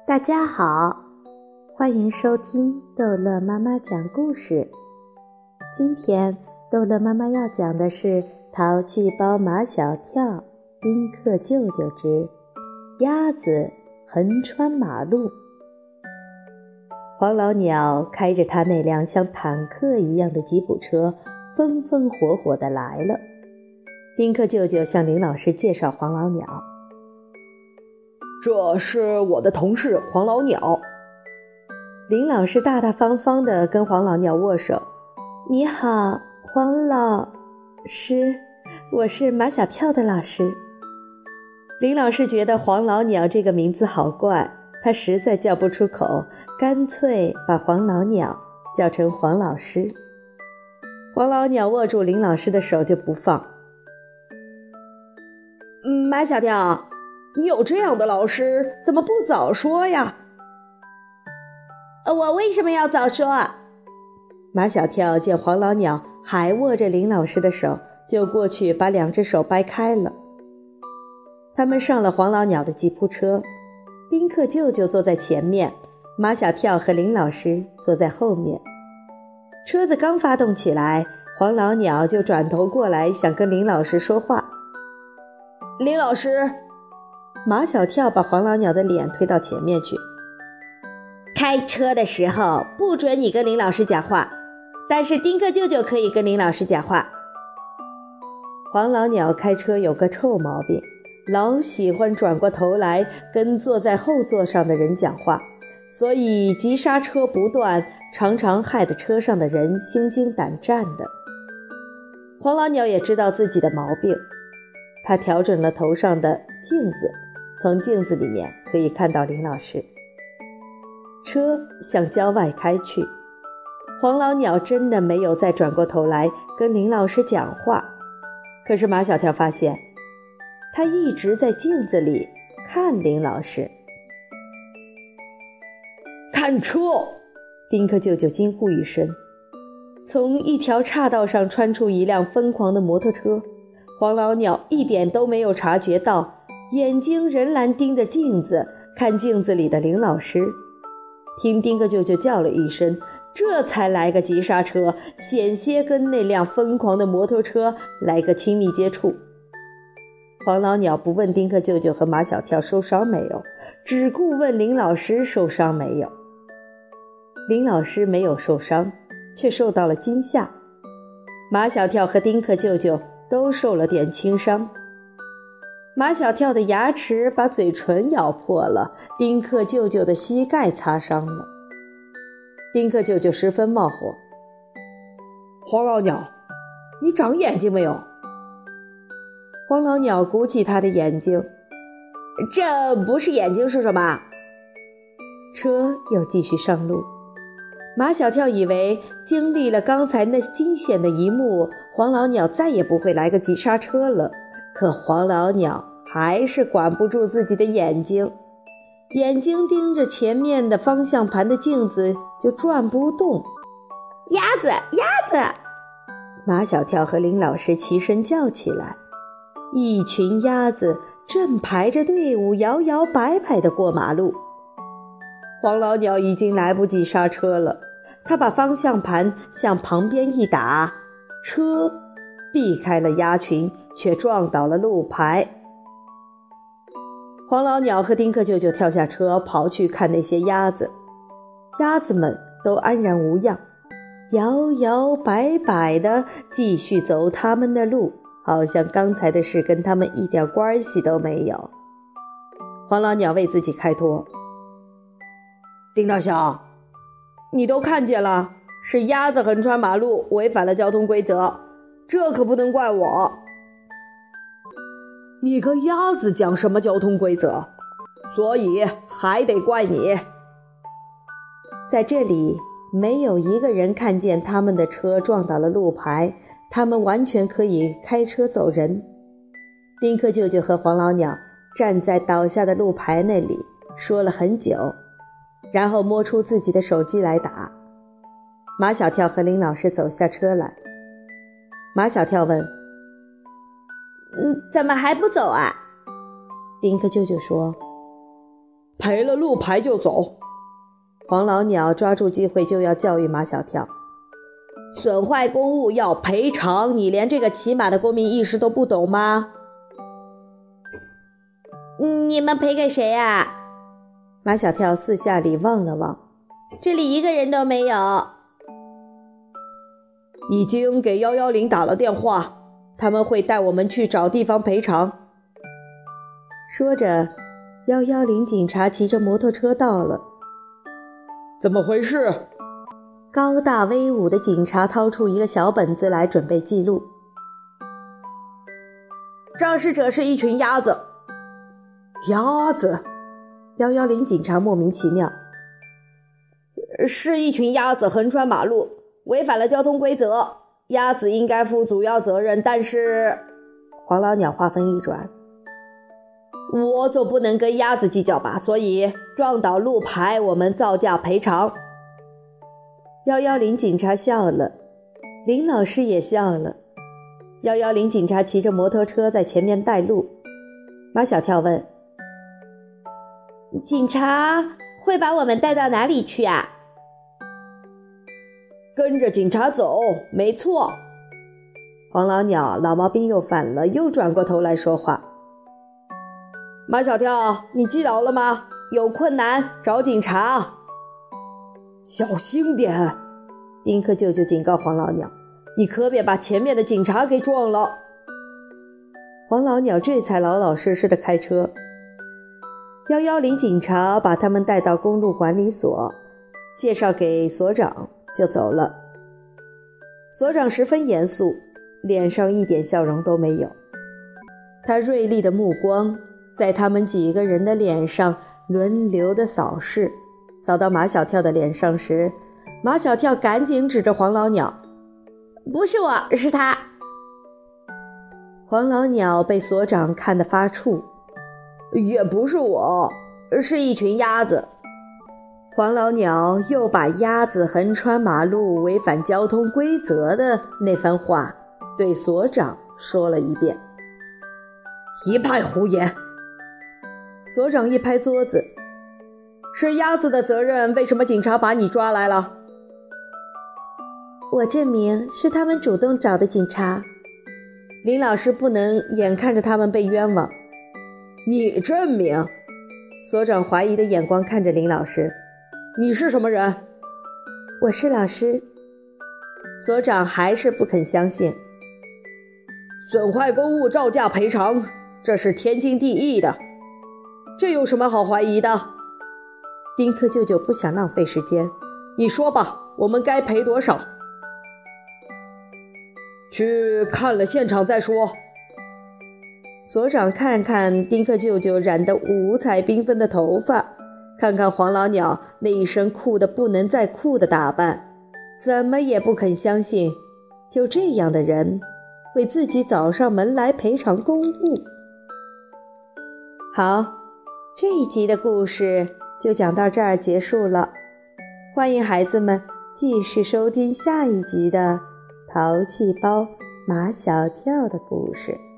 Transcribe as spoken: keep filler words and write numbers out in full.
大家好，欢迎收听逗乐妈妈讲故事。今天逗乐妈妈要讲的是淘气包马小跳丁克舅舅之鸭子横穿马路。黄老鸟开着他那辆像坦克一样的吉普车风风火火地来了。丁克舅舅向林老师介绍黄老鸟， 这是我的同事黄老鸟。 林老师大大方方地跟黄老鸟握手。你好，黄老师，我是马小跳的老师。林老师觉得黄老鸟这个名字好怪，他实在叫不出口，干脆把黄老鸟叫成黄老师。黄老鸟握住林老师的手就不放。 嗯，马小跳，你有这样的老师，怎么不早说呀？ 我为什么要早说？马小跳见黄老鸟还握着林老师的手，就过去把两只手掰开了。他们上了黄老鸟的吉普车，丁克舅舅坐在前面，马小跳和林老师坐在后面。车子刚发动起来，黄老鸟就转头过来想跟林老师说话。 林老师， 马小跳把黄老鸟的脸推到前面去。开车的时候不准你跟林老师讲话，但是丁克舅舅可以跟林老师讲话。黄老鸟开车有个臭毛病，老喜欢转过头来跟坐在后座上的人讲话，所以急刹车不断，常常害得车上的人心惊胆战的。黄老鸟也知道自己的毛病，他调整了头上的镜子，从镜子里面可以看到林老师。车向郊外开去，黄老鸟真的没有再转过头来跟林老师讲话。可是马小跳发现，他一直在镜子里看林老师。 看车！ 丁克舅舅惊呼一声，从一条岔道上穿出一辆疯狂的摩托车。黄老鸟一点都没有察觉到，眼睛仍然盯着镜子，看镜子里的林老师。听丁克舅舅叫了一声，这才来个急刹车，险些跟那辆疯狂的摩托车来个亲密接触。黄老鸟不问丁克舅舅和马小跳受伤没有，只顾问林老师受伤没有。林老师没有受伤，却受到了惊吓。马小跳和丁克舅舅都受了点轻伤。马小跳的牙齿把嘴唇咬破了，丁克舅舅的膝盖擦伤了。丁克舅舅十分冒火。 黄老鸟，你长眼睛没有？ 黄老鸟鼓起他的眼睛。 这不是眼睛是什么？ 车又继续上路。马小跳以为经历了刚才那惊险的一幕，黄老鸟再也不会来个急刹车了。可黄老鸟还是管不住自己的眼睛，眼睛盯着前面的方向盘的镜子就转不动。 鸭子，鸭子！ 马小跳和林老师齐声叫起来。一群鸭子正排着队伍摇摇摆摆地过马路。黄老鸟已经来不及刹车了，他把方向盘向旁边一打，车避开了鸭群，却撞倒了路牌。黄老鸟和丁克舅舅跳下车，跑去看那些鸭子。鸭子们都安然无恙，摇摇摆摆地继续走他们的路，好像刚才的事跟他们一点关系都没有。黄老鸟为自己开脱。 丁大侠，你都看见了，是鸭子横穿马路，违反了交通规则，这可不能怪我。你跟鸭子讲什么交通规则？所以还得怪你。 在这里，没有一个人看见他们的车撞倒了路牌，他们完全可以开车走人。丁克舅舅和黄老鸟站在倒下的路牌那里，说了很久，然后摸出自己的手机来打。马小跳和林老师走下车来。马小跳问：嗯，怎么还不走啊？丁克舅舅说： 赔了路牌就走。 黄老鸟抓住机会就要教育马小跳， 损坏公物要赔偿，你连这个起码的公民意识都不懂吗？ 你们赔给谁啊？马小跳四下里望了望，这里一个人都没有。 已经给一一零打了电话，他们会带我们去找地方赔偿。 说着，一一零警察骑着摩托车到了。 怎么回事？ 高大威武的警察掏出一个小本子来准备记录。 肇事者是一群鸭子。鸭子？ 一一零警察莫名其妙。 是一群鸭子横穿马路，违反了交通规则，鸭子应该负主要责任，但是…… 黄老鸟话锋一转， 我总不能跟鸭子计较吧，所以撞倒路牌我们造价赔偿。 一一零警察笑了，林老师也笑了。一一零警察骑着摩托车在前面带路。马小跳问，警察会把我们带到哪里去啊？ 跟着警察走，没错。 黄老鸟老毛病又犯了，又转过头来说话。 马小跳，你记牢了吗？有困难找警察。小心点， 丁克舅舅警告黄老鸟， 你可别把前面的警察给撞了。 黄老鸟这才老老实实的开车。一一零警察把他们带到公路管理所，介绍给所长就走了。所长十分严肃，脸上一点笑容都没有。他锐利的目光在他们几个人的脸上轮流的扫视，扫到马小跳的脸上时，马小跳赶紧指着黄老鸟，不是我，是他。黄老鸟被所长看得发怵， 也不是我，是一群鸭子。 黄老鸟又把鸭子横穿马路违反交通规则的那番话对所长说了一遍。 一派胡言！ 所长一拍桌子， 是鸭子的责任，为什么警察把你抓来了？ 我证明是他们主动找的警察，林老师不能眼看着他们被冤枉。 你证明？ 所长怀疑的眼光看着林老师， 你是什么人？ 我是老师。所长还是不肯相信。 损坏公物照价赔偿，这是天经地义的，这有什么好怀疑的？ 丁克舅舅不想浪费时间， 你说吧，我们该赔多少？去看了现场再说。 所长看看丁克舅舅染得五彩缤纷的头发，看看黄老鸟那一身酷得不能再酷的打扮，怎么也不肯相信，就这样的人会自己找上门来赔偿公物。好，这一集的故事就讲到这儿结束了，欢迎孩子们继续收听下一集的淘气包马小跳的故事。